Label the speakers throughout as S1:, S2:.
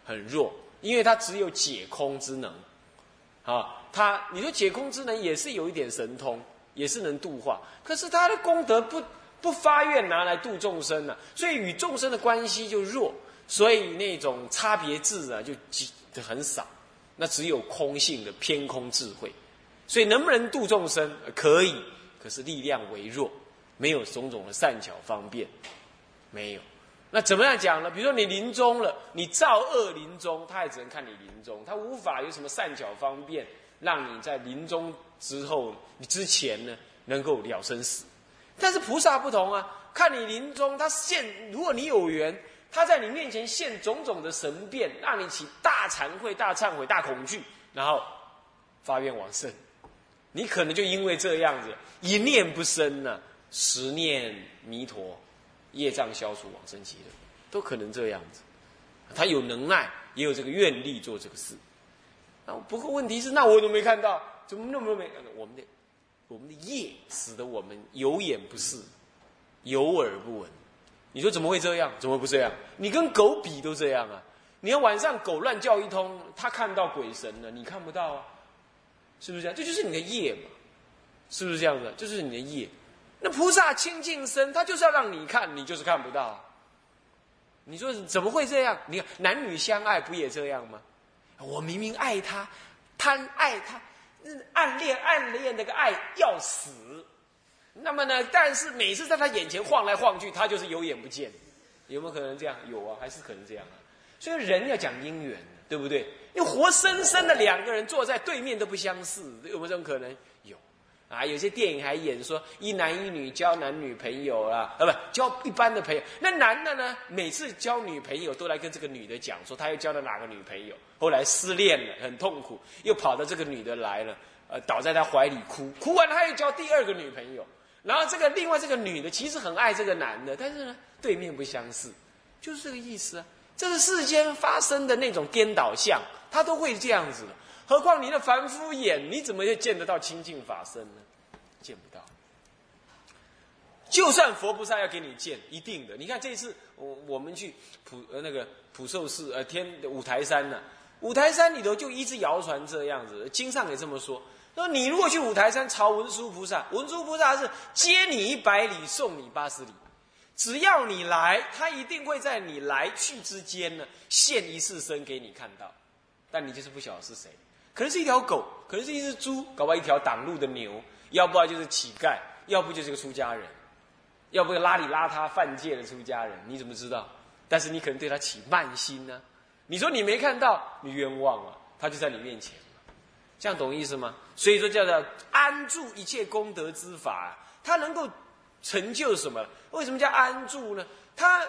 S1: 很弱，因为它只有解空之能。啊，你说解空之能也是有一点神通，也是能度化，可是他的功德不发愿拿来度众生啊，所以与众生的关系就弱，所以那种差别智啊就很少，那只有空性的偏空智慧。所以能不能度众生可以，可是力量为弱，没有种种的善巧方便，没有。那怎么样讲呢？比如说你临终了，你造恶临终，他也只能看你临终，他无法有什么善巧方便，让你在临终之后、你之前呢能够了生死。但是菩萨不同啊，看你临终，他如果你有缘，他在你面前现种种的神变，让你起大惭愧、大忏悔、大恐惧，然后发愿往生。你可能就因为这样子，一念不生呢，10念弥陀。业障消除，往生极乐，都可能这样子。他有能耐，也有这个愿力做这个事。不过问题是，那我怎么没看到？怎么那么没？我们的业使得我们有眼不视，有耳不闻。你说怎么会这样？怎么不这样？你跟狗比都这样啊！你要晚上狗乱叫一通，它看到鬼神了，你看不到啊，是不是这样？这就是你的业嘛，是不是这样子？这就是你的业。那菩萨清净身，他就是要让你看，你就是看不到。你说怎么会这样？你看男女相爱不也这样吗？我明明爱他，爱他，暗恋那个爱要死。那么呢，但是每次在他眼前晃来晃去，他就是有眼不见。有没有可能这样？有啊，还是可能这样啊。所以人要讲因缘，对不对？因为活生生的两个人坐在对面都不相似，有没有这种可能？有。有些电影还演说一男一女交男女朋友啦，不交一般的朋友。那男的呢，每次交女朋友都来跟这个女的讲说他又交了哪个女朋友，后来失恋了，很痛苦，又跑到这个女的来了，倒在他怀里哭，哭完他又交第2个女朋友。然后另外这个女的其实很爱这个男的，但是呢对面不相似，就是这个意思啊。这是世间发生的那种颠倒相，他都会这样子的。何况你的凡夫眼，你怎么会见得到清净法身呢？见不到。就算佛菩萨要给你见，一定的。你看这次我们去普寿寺五台山呢、五台山里头就一直谣传这样子，经上也这么说。说你如果去五台山朝文殊菩萨，文殊菩萨是接你100里，送你80里。只要你来，他一定会在你来去之间呢现一次身给你看到，但你就是不晓得是谁。可能是一条狗，可能是一只猪，搞不好一条挡路的牛，要不然就是乞丐，要不就是个出家人，要不邋里邋遢犯戒的出家人，你怎么知道？但是你可能对他起慢心呢、你说你没看到，你冤枉啊，他就在你面前嘛，这样懂意思吗？所以说叫做安住一切功德之法，它能够成就什么？为什么叫安住呢？他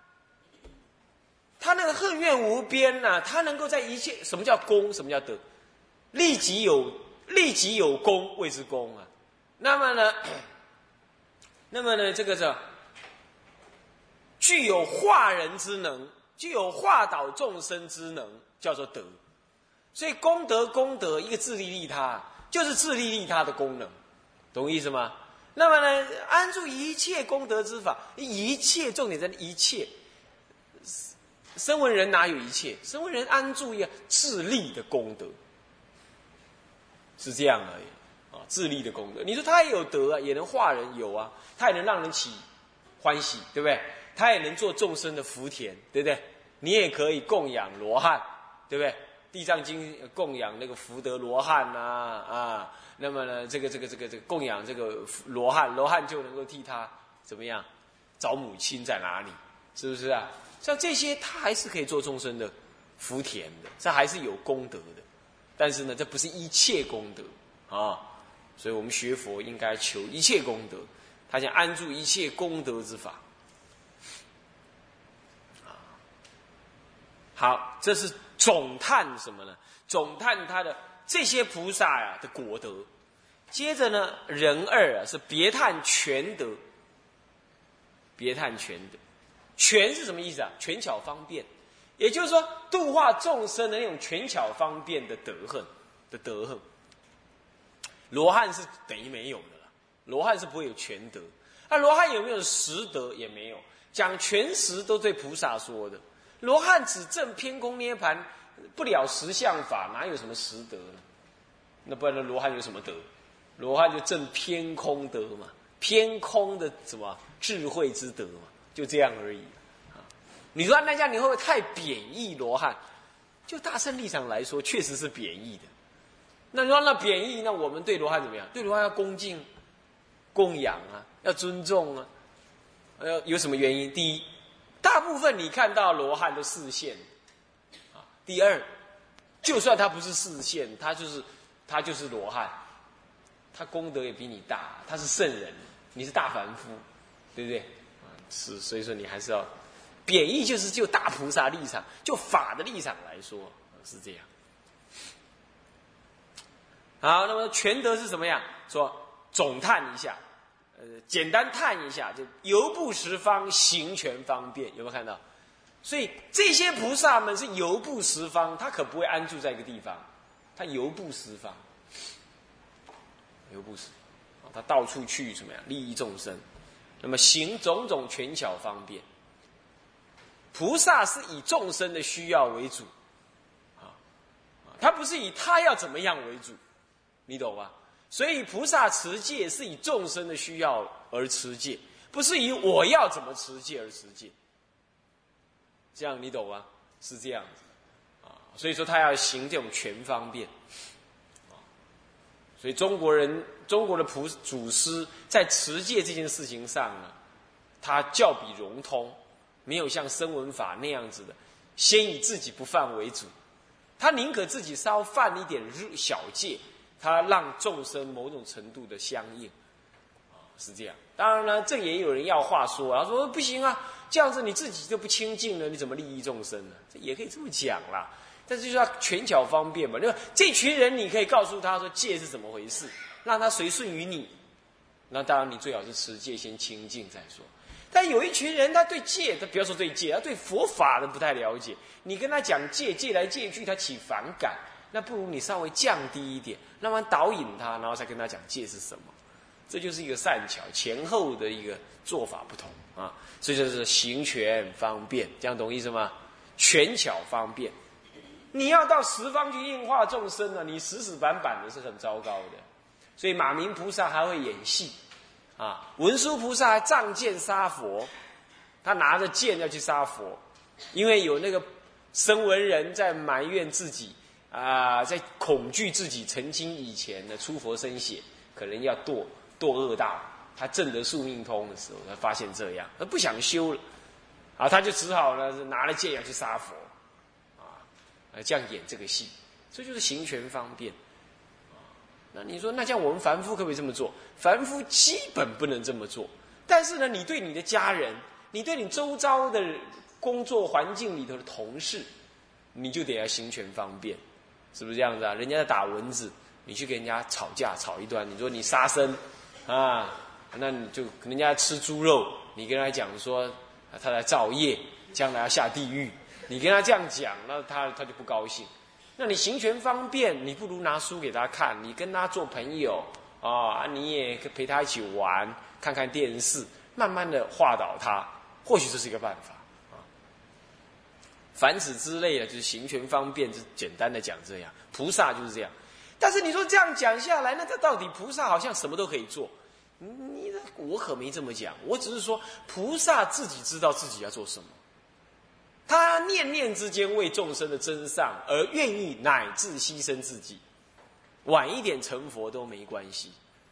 S1: 那个恨怨无边呐、他能够在一切，什么叫功？什么叫德？利己有功谓之功啊。那么呢，这个是具有化人之能，具有化导众生之能，叫做德。所以功德，一个自利利他，就是自利利他的功能，懂意思吗？那么呢，安住一切功德之法，一切重点在一切。声闻人哪有一切？声闻人安住一个自利的功德，是这样而已啊，自利的功德。你说他也有德啊，也能化人，有啊，他也能让人起欢喜，对不对？他也能做众生的福田，对不对？你也可以供养罗汉，对不对？地藏经供养那个福德罗汉啊，那么呢，这个供养这个罗汉就能够替他怎么样找母亲在哪里，是不是啊？像这些他还是可以做众生的福田的，这还是有功德的。但是呢，这不是一切功德啊，所以我们学佛应该求一切功德。他想安住一切功德之法啊。好，这是总叹什么呢？总叹他的这些菩萨呀的果德。接着呢，人二啊是别叹全德，别叹全德。全是什么意思啊？权巧方便，也就是说度化众生的那种权巧方便的德行。罗汉是等于没有的了，罗汉是不会有全德。那罗汉有没有实德？也没有。讲全实都对菩萨说的。 罗汉只证偏空涅盘，不了实相法，哪有什么实德呢？那不然罗汉有什么德？罗汉就证偏空德嘛，偏空的什么智慧之德嘛，就这样而已。你说那这样你会不会太贬义罗汉？就大乘立场来说，确实是贬义的。那你说那贬义，那我们对罗汉怎么样？对罗汉要恭敬、供养啊，要尊重啊。有什么原因？第一，大部分你看到罗汉都示现啊。第二，就算他不是示现，他就是罗汉，他功德也比你大，他是圣人，你是大凡夫，对不对？是，所以说你还是要贬义，就是就大菩萨立场，就法的立场来说是这样。好，那么全德是什么样？说总叹一下，简单叹一下，就游步十方，行全方便，有没有看到？所以这些菩萨们是游步十方，他可不会安住在一个地方，他游步十方，游步十方，他到处去怎么样利益众生，那么行种种权巧方便。菩萨是以众生的需要为主，他不是以他要怎么样为主，你懂吗？所以菩萨持戒是以众生的需要而持戒，不是以我要怎么持戒而持戒。这样你懂吗？是这样子啊，所以说他要行这种全方便。所以中国的祖师在持戒这件事情上呢，他较比融通，没有像声闻法那样子的，先以自己不犯为主，他宁可自己稍犯一点小戒，他让众生某种程度的相应，是这样。当然了，这也有人要话说，他说不行啊，这样子你自己就不清净了，你怎么利益众生呢？这也可以这么讲啦。但是就是要权巧方便嘛，对吧？这群人你可以告诉他说戒是怎么回事，让他随顺于你。那当然你最好是持戒先清净再说。但有一群人他对戒，他不要说对戒，他对佛法的不太了解，你跟他讲戒，戒来戒去他起反感，那不如你稍微降低一点，慢慢导引他，然后再跟他讲戒是什么。这就是一个善巧前后的一个做法不同啊，所以就是行权方便，这样懂意思吗？权巧方便。你要到十方去应化众生呢，你死板板的是很糟糕的。所以马明菩萨还会演戏啊，文殊菩萨还仗剑杀佛，他拿着剑要去杀佛，因为有那个声闻人在埋怨自己啊，在恐惧自己曾经以前的出佛身血可能要堕恶道，他证得宿命通的时候，他发现这样，他不想修了啊，他就只好呢拿了剑要去杀佛。这样演这个戏，这就是行权方便。那你说，那像我们凡夫可不可以这么做？凡夫基本不能这么做。但是呢，你对你的家人，你对你周遭的工作环境里头的同事，你就得要行权方便，是不是这样子啊？人家在打蚊子，你去跟人家吵架吵一段，你说你杀生啊，那你就人家吃猪肉，你跟他讲说他在造业，将来要下地狱。你跟他这样讲，那他就不高兴。那你行权方便，你不如拿书给他看，你跟他做朋友啊，你也陪他一起玩，看看电视，慢慢的化导他，或许这是一个办法啊。凡此之类的，就是行权方便，就简单的讲这样。菩萨就是这样。但是你说这样讲下来，那这到底菩萨好像什么都可以做？我可没这么讲，我只是说菩萨自己知道自己要做什么。他念念之间为众生的真善而愿意乃至牺牲自己，晚一点成佛都没关系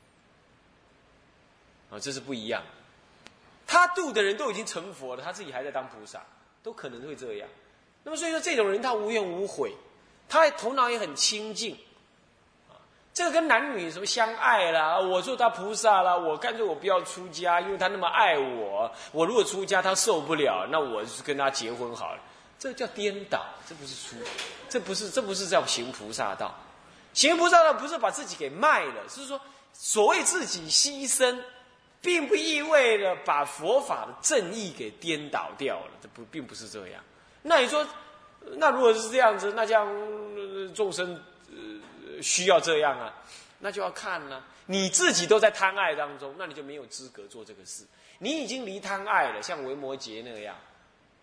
S1: 啊，这是不一样。他度的人都已经成佛了，他自己还在当菩萨，都可能会这样。那么所以说，这种人他无怨无悔，他头脑也很清净啊。这个跟男女什么相爱啦，我做他菩萨啦，我干脆我不要出家，因为他那么爱我，我如果出家他受不了，那我就跟他结婚好了。这叫颠倒，这不是这不是叫行菩萨道。行菩萨道不是把自己给卖了，是说所谓自己牺牲，并不意味着把佛法的正义给颠倒掉了，并不是这样。那你说，那如果是这样子，那这样众生需要这样啊，那就要看了。你自己都在贪爱当中，那你就没有资格做这个事。你已经离贪爱了，像维摩诘那样，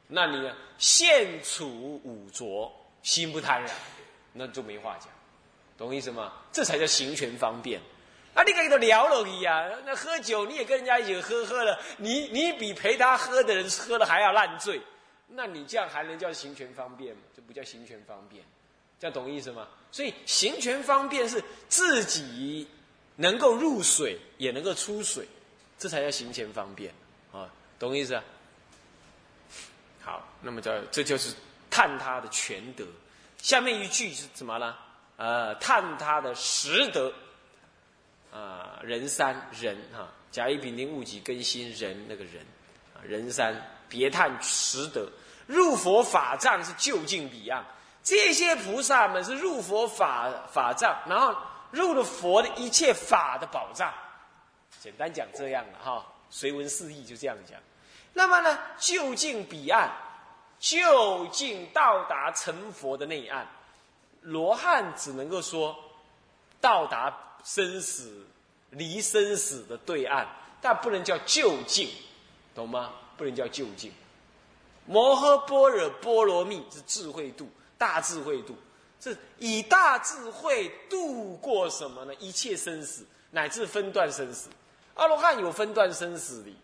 S1: 那你呢？现处五浊，心不贪染，那就没话讲，懂我意思吗？这才叫行权方便。啊，你跟他聊了一样，那喝酒你也跟人家一起喝了，你比陪他喝的人喝的还要烂醉，那你这样还能叫行权方便吗？这不叫行权方便，这样懂意思吗？所以行权方便是自己能够入水，也能够出水，这才叫行权方便啊，懂意思啊？好，那么这就是探他的全德。下面一句是什么呢？探他的实德。人三人哈，甲乙丙丁戊己庚辛人那个人，人三别探实德。入佛法藏是就近彼岸，这些菩萨们是入佛法藏，然后入了佛的一切法的宝藏。简单讲这样了哈，随文释义就这样讲。那么呢，就近彼岸，就近到达成佛的那一岸。罗汉只能够说到达生死离生死的对岸，但不能叫就近，懂吗？不能叫就近。摩诃般若波罗蜜是智慧度，大智慧度，是以大智慧度过什么呢？一切生死，乃至分段生死。阿罗汉有分段生死的，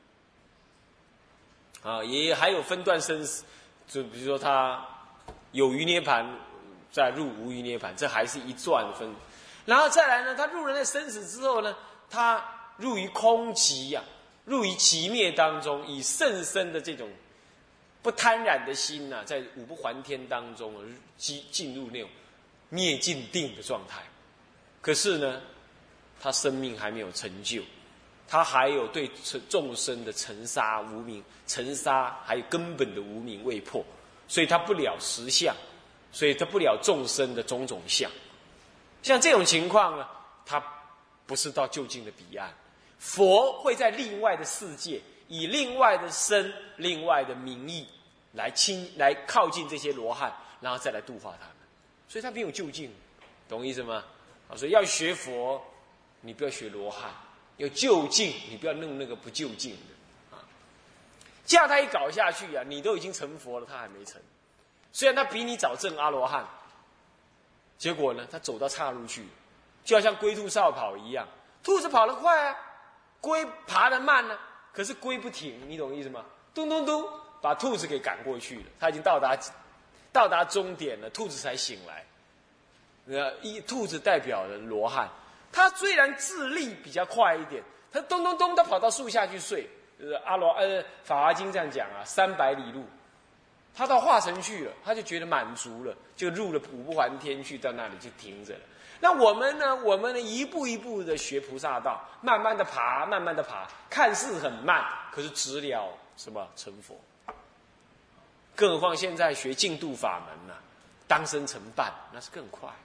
S1: 也还有分段生死，就比如说他有余涅盘，再入无余涅盘，这还是一段分。然后再来呢，他入了那生死之后呢，他入于空寂入于寂灭当中，以甚深的这种不贪染的心在五不还天当中进入那种灭尽定的状态。可是呢，他生命还没有成就，他还有对众生的尘沙无明，尘沙还有根本的无明未破，所以他不了实相，所以他不了众生的种种相。像这种情况呢，他不是到就近的彼岸。佛会在另外的世界，以另外的身、另外的名义来靠近这些罗汉，然后再来度化他们。所以他没有就近，懂意思吗？所以要学佛，你不要学罗汉；要就近，你不要弄那个不就近的。这样他一搞下去你都已经成佛了，他还没成。虽然他比你早证阿罗汉。结果呢，他走到岔路去，就好像龟兔赛跑一样。兔子跑得快龟爬得慢可是龟不停，你懂意思吗？咚咚咚，把兔子给赶过去了。他已经到达终点了，兔子才醒来。兔子代表了罗汉，他虽然智力比较快一点，他咚咚咚，他跑到树下去睡。法华经这样讲300里路。他到化城去了，他就觉得满足了，就入了五不还天去，到那里就停着了。那我们呢，一步一步的学菩萨道，慢慢的爬，看似很慢，可是直了什么成佛。更何况现在学净土法门当生成办，那是更快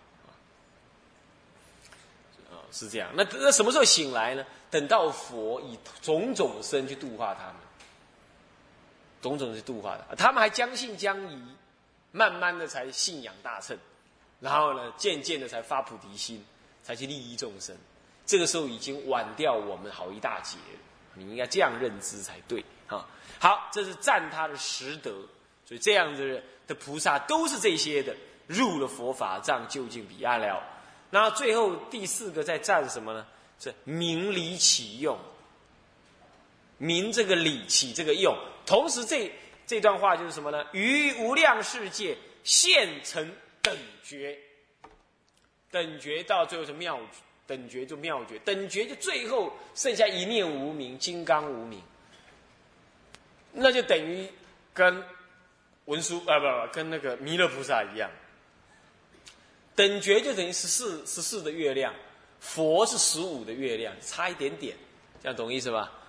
S1: 是这样。那什么时候醒来呢？等到佛以种种身去度化他们。种种是度化的，他们还将信将疑，慢慢的才信仰大乘，然后呢，渐渐的才发菩提心，才去利益众生。这个时候已经晚掉我们好一大截了，你应该这样认知才对好，这是赞他的实德，所以这样子的菩萨都是这些的，入了佛法藏，就近彼岸了。然后最后第4个在赞什么呢？是明理起用，明这个理，起这个用。同时这段话就是什么呢？于无量世界现成等觉，等觉到最后是妙觉，等觉就妙觉，等觉就最后剩下一念无明，金刚无明，那就等于跟文殊跟那个弥勒菩萨一样。等觉就等于14的月亮，佛是15的月亮，差一点点，这样懂意思吧？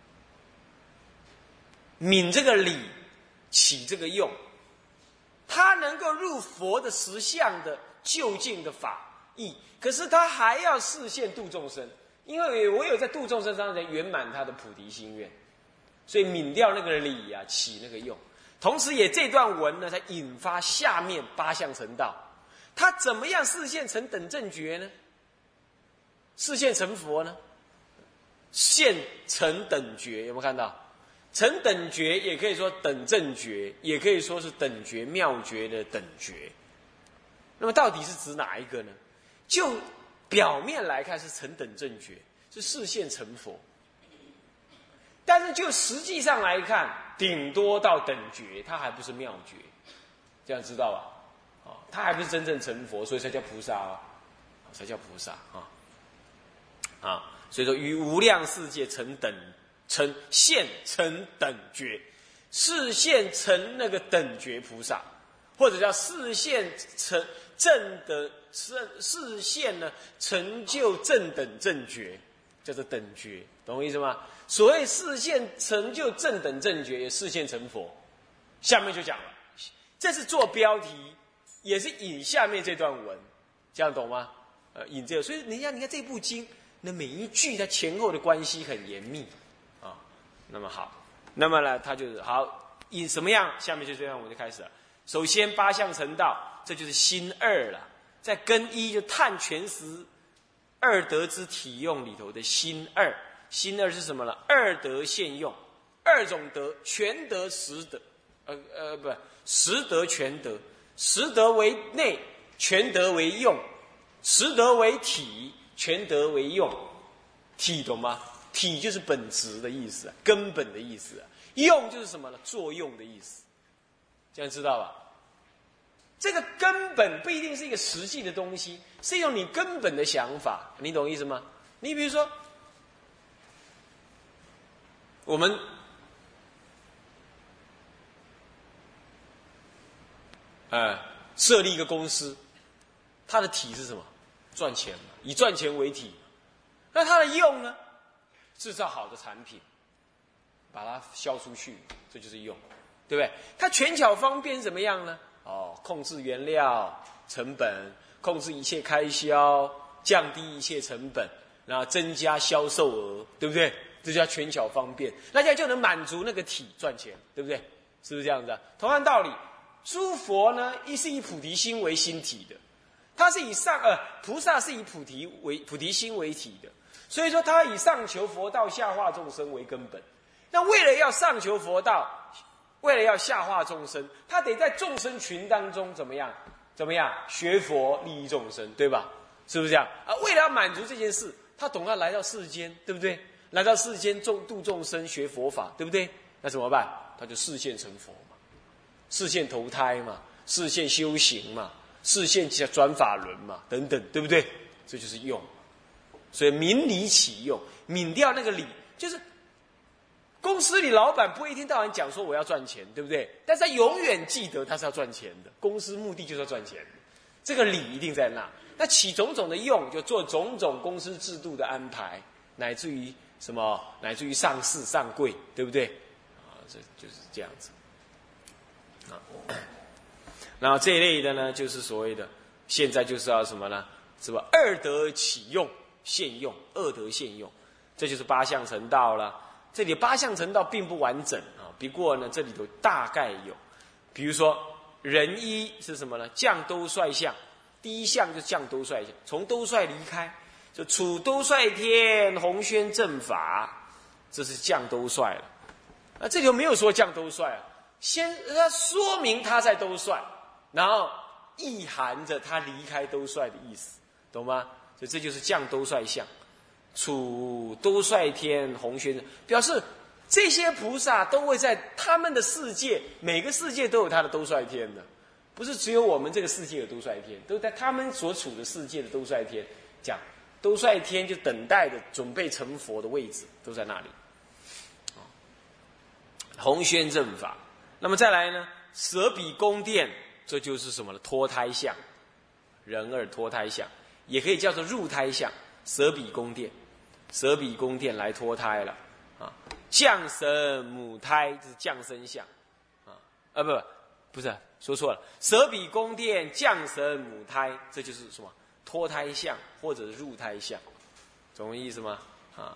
S1: 泯这个理，起这个用，他能够入佛的实相的究竟的法义，可是他还要示现度众生，因为唯有在度众生上才圆满他的菩提心愿，所以泯掉那个理起那个用。同时也这段文呢，才引发下面8相成道，他怎么样示现成等正觉呢？示现成佛呢？现成等觉，有没有看到？ 成等觉也可以说等正觉，也可以说是等觉妙觉的等觉。那么到底是指哪一个呢？就表面来看是成等正觉，是视现成佛。但是就实际上来看，顶多到等觉，它还不是妙觉，这样知道吧？它还不是真正成佛，所以才叫菩萨哦，才叫菩萨啊。所以说于无量世界成现成等觉，示现成那个等觉菩萨，或者叫示现成正的示现呢成就正等正觉，叫做等觉，懂我意思吗？所谓示现成就正等正觉，也示现成佛。下面就讲了，这是做标题，也是引下面这段文，这样懂吗？引这个，所以你看这部经，那每一句它前后的关系很严密啊。那么好，那么呢，它就是好引什么样？下面就这样，我们就开始了。首先八相成道，这就是心二了。在根一就探全实二德之体用里头的心二。心二是什么呢？二德现用，二种德，全德实德，不，实德全德，实德为内，全德为用，实德为体，全德为用。体懂吗？体就是本质的意思，根本的意思。用就是什么呢？作用的意思。这样知道吧？这个根本不一定是一个实际的东西，是用你根本的想法，你懂意思吗？你比如说，我们设立一个公司，它的体是什么？赚钱嘛，以赚钱为体。那它的用呢？制造好的产品，把它销出去，这就是用，对不对？它权巧方便怎么样呢？控制原料成本，控制一切开销，降低一切成本，然后增加销售额，对不对？这叫权巧方便，那这样就能满足那个体赚钱，对不对？是不是这样子啊？同样道理，诸佛呢，是以菩提心为心体的，他是以菩萨是以菩提心为体的，所以说他以上求佛道，下化众生为根本。那为了要上求佛道，为了要下化众生，他得在众生群当中怎么样学佛利益众生，对吧？是不是这样啊？为了要满足这件事，他总要来到世间，对不对？来到世间度众生学佛法，对不对？那怎么办？他就示现成佛嘛，示现投胎嘛，示现修行嘛，示现转法轮嘛，等等，对不对？这就是用。所以明理起用，泯掉那个理，就是公司里老板不会一天到晚讲说我要赚钱，对不对？但是他永远记得他是要赚钱的，公司目的就是要赚钱的，这个理一定在那。那起种种的用，就做种种公司制度的安排，乃至于什么？乃至于上市上柜，对不对？这就是这样子。然后这一类的呢，就是所谓的现在就是要什么呢？是吧？二德起用现用，二德现用，这就是八相成道了。这里八相成道并不完整啊，不过呢，这里头大概有，比如说人一是什么呢？降兜率相，第一项就是降兜率相，从兜率离开，就处兜率天，弘宣正法，这是降兜率了。这里头没有说降兜率啊，先他说明他在兜率，然后意含着他离开兜率的意思，懂吗？所以这就是降兜率相。处兜率天，弘宣，表示这些菩萨都会在他们的世界，每个世界都有他的兜率天的，不是只有我们这个世界有兜率天，都在他们所处的世界的兜率天。讲兜率天就等待的准备成佛的位置都在那里。弘宣正法，那么再来呢？舍彼宫殿，这就是什么呢？脱胎相，人耳脱胎相，也可以叫做入胎相。舍彼宫殿，舍彼宫殿来脱胎了啊！降神母胎，这是降生相啊！不是说错了，舍彼宫殿降神母胎，这就是什么？脱胎相或者是入胎相，懂我意思吗？啊！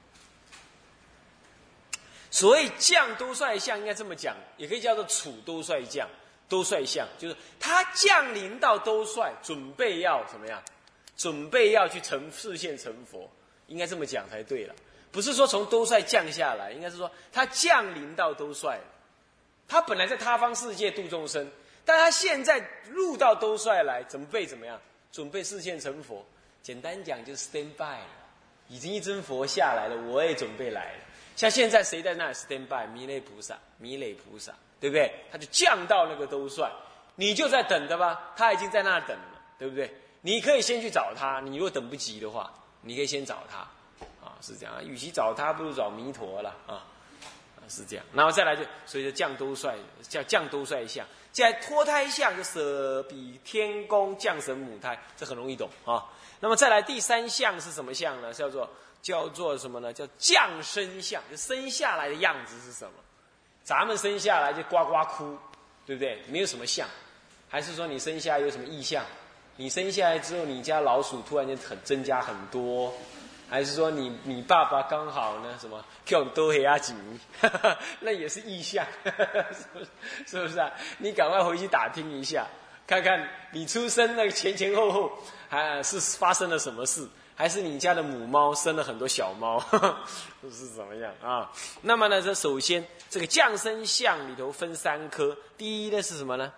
S1: 所谓降兜率相，应该这么讲，也可以叫做处兜率降。兜率相就是他降临到兜率，准备要怎么样？准备要去示现成佛，应该这么讲才对了。 不是说从兜率降下来，应该是说他降临到兜率了。他本来在他方世界度众生，但他现在入到兜率来，准备怎么样？准备示现成佛。简单讲就是 stand by 了，已经一尊佛下来了，我也准备来了。像现在谁在那里 stand by？ 弥勒菩萨，弥勒菩萨，对不对？他就降到那个兜率，你就在等着吧，他已经在那等了，对不对？你可以先去找他，你如果等不及的话，你可以先找他，是这样。与其找他，不如找弥陀了是这样。然后再来所以就降兜率，叫降兜率相。再来脱胎相就舍彼天宫降神母胎，这很容易懂啊。那么再来第三相是什么相呢？叫做什么呢？叫降生相，就生下来的样子是什么？咱们生下来就呱呱哭，对不对？没有什么相，还是说你生下来有什么异象？你生下来之后，你家老鼠突然间增加很多，还是说你爸爸刚好呢什么叫你多黑阿吉，那也是异象，是不是啊？你赶快回去打听一下，看看你出生那个前后是发生了什么事，还是你家的母猫生了很多小猫，是怎么样啊？那么呢，这首先这个降生相里头分3科，第一呢是什么呢？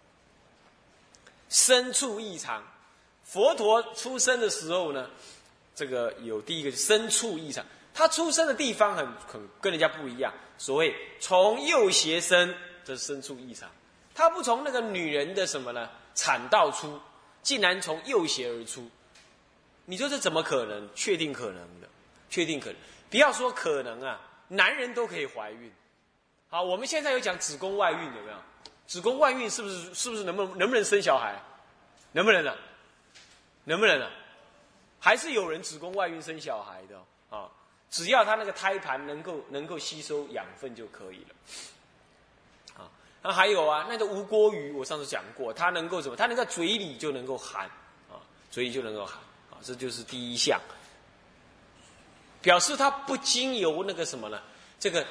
S1: 身处异常。佛陀出生的时候呢，这个有第一个身处异常，他出生的地方很跟人家不一样。所谓从右胁生，这是身处异常。他不从那个女人的什么呢？产道出，竟然从右胁而出。你说这怎么可能？确定可能的，确定可能。不要说可能啊，男人都可以怀孕。好，我们现在有讲子宫外孕，有没有？子宫外孕是不是能不能生小孩？能不能啊？能不能啊？还是有人子宫外孕生小孩的啊？只要他那个胎盘能够吸收养分就可以了。啊，那还有啊，那个无锅鱼，我上次讲过，它能够怎么？它能在嘴里就能够含啊，嘴里就能够含啊，这就是第一项，表示它不经由那个什么呢？这个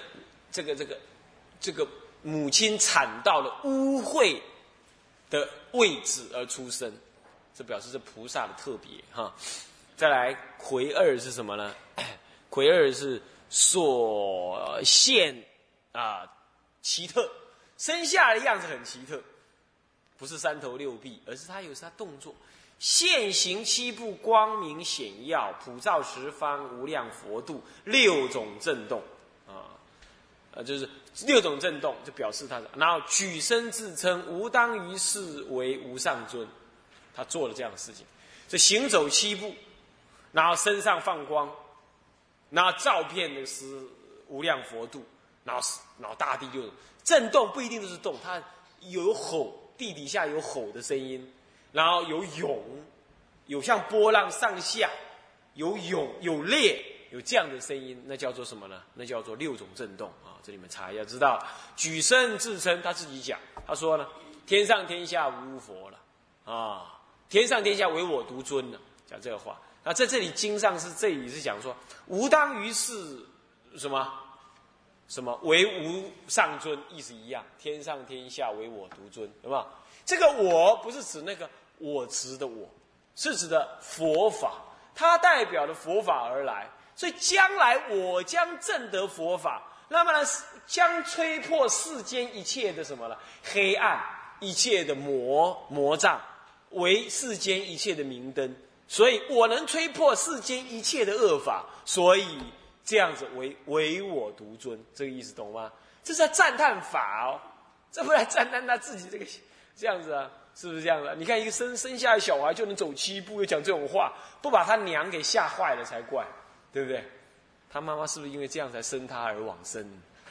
S1: 母亲产道的污秽的位置而出生，这表示是菩萨的特别哈。再来魁二是什么呢？魁二是所现奇特，生下来的样子很奇特，不是3头6臂，而是他动作现行7部光明显耀，普照十方无量佛度，6种震动就是6种震动，就表示他的。然后举身自称吾当于世为无上尊，他做了这样的事情。这行走7步，然后身上放光，然后照遍的是无量佛度，然后大地就震动，不一定都是动，它有吼，地底下有吼的声音，然后有涌，有像波浪上下，有涌有裂，有这样的声音，那叫做什么呢？那叫做6种震动啊！这里面查一下，知道举身自称，他自己讲，他说呢，天上天下无佛了啊，天上天下唯我独尊了，讲这个话。那在这里经上这里是讲说，吾当于世什么为无上尊，意思一样，天上天下唯我独尊，对吧？这个我不是指那个我执的我，是指的佛法，它代表了佛法而来，所以将来我将证得佛法，那么呢，将吹破世间一切的什么呢？黑暗，一切的魔障，为世间一切的明灯。所以我能吹破世间一切的恶法，所以这样子唯我独尊，这个意思懂吗？这是在赞叹法哦，这不来赞叹他自己这样子啊，是不是这样子啊？你看一个生下来小孩就能走7步，又讲这种话，不把他娘给吓坏了才怪，对不对？他妈妈是不是因为这样才生他而往生？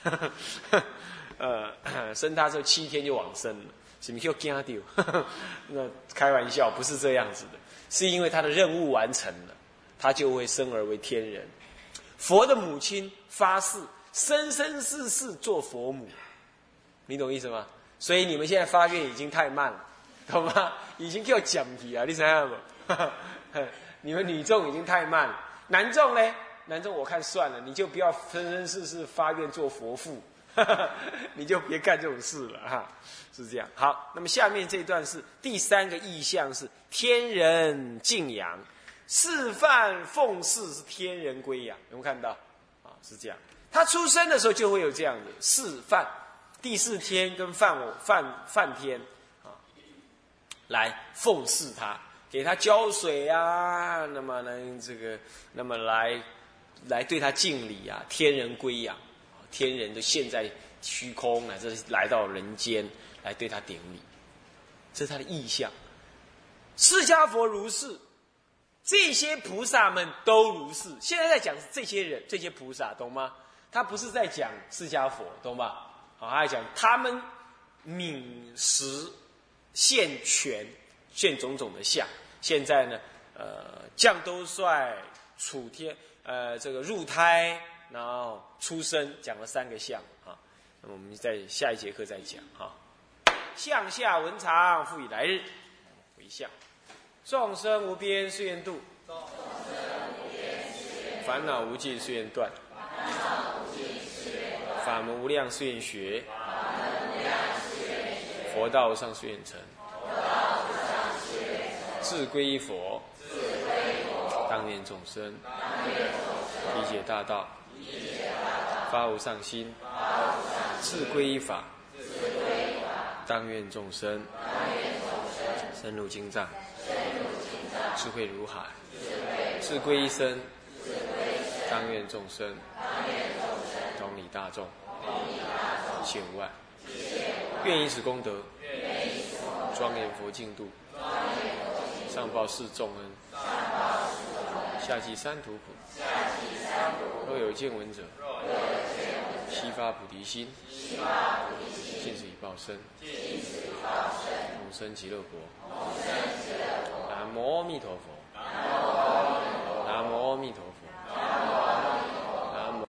S1: 生他之后7天就往生了，是不是又惊到？那开玩笑，不是这样子的。是因为他的任务完成了，他就会生而为天人。佛的母亲发誓，生生世世做佛母，你懂意思吗？所以你们现在发愿已经太慢了，懂吗？已经叫讲题啊，你知道吗？你们女众已经太慢了，男众呢？男众我看算了，你就不要生生世世发愿做佛父，你就别干这种事了哈。是这样。好，那么下面这段是第3个意象，是天人敬仰，示范奉事是天人归仰，有没有看到？ 是这样。他出生的时候就会有这样的四梵，第四天跟梵天啊，来奉祀他，给他浇水啊，那么呢那么来对他敬礼啊，天人归仰，天人都现在虚空啊，这是来到人间来对他顶礼，这是他的意象。释迦佛如是，这些菩萨们都如是。现在在讲这些人，这些菩萨，懂吗？他不是在讲释迦佛，懂吧？好，他在讲他们泯实现权，现种种的相。现在呢，降兜率、处天，这个入胎，然后出生，讲了3个相啊。那么我们在下一节课再讲哈。向下文长，复以来日为相。众生无边誓愿度，烦恼无尽誓愿断，法门无量誓愿学，佛道无上誓愿成。自归依佛，当愿众生理解大道，发无上心；自归依法，当愿众生深入经藏，智慧如海；自归依身，当愿众生同理大众，一切无碍。愿以此功德，庄严佛净土，上报四重恩，下济三途苦。若有见闻者，悉发菩提心，尽此以报身，永生极乐国。南无阿弥陀佛。南无阿弥陀佛。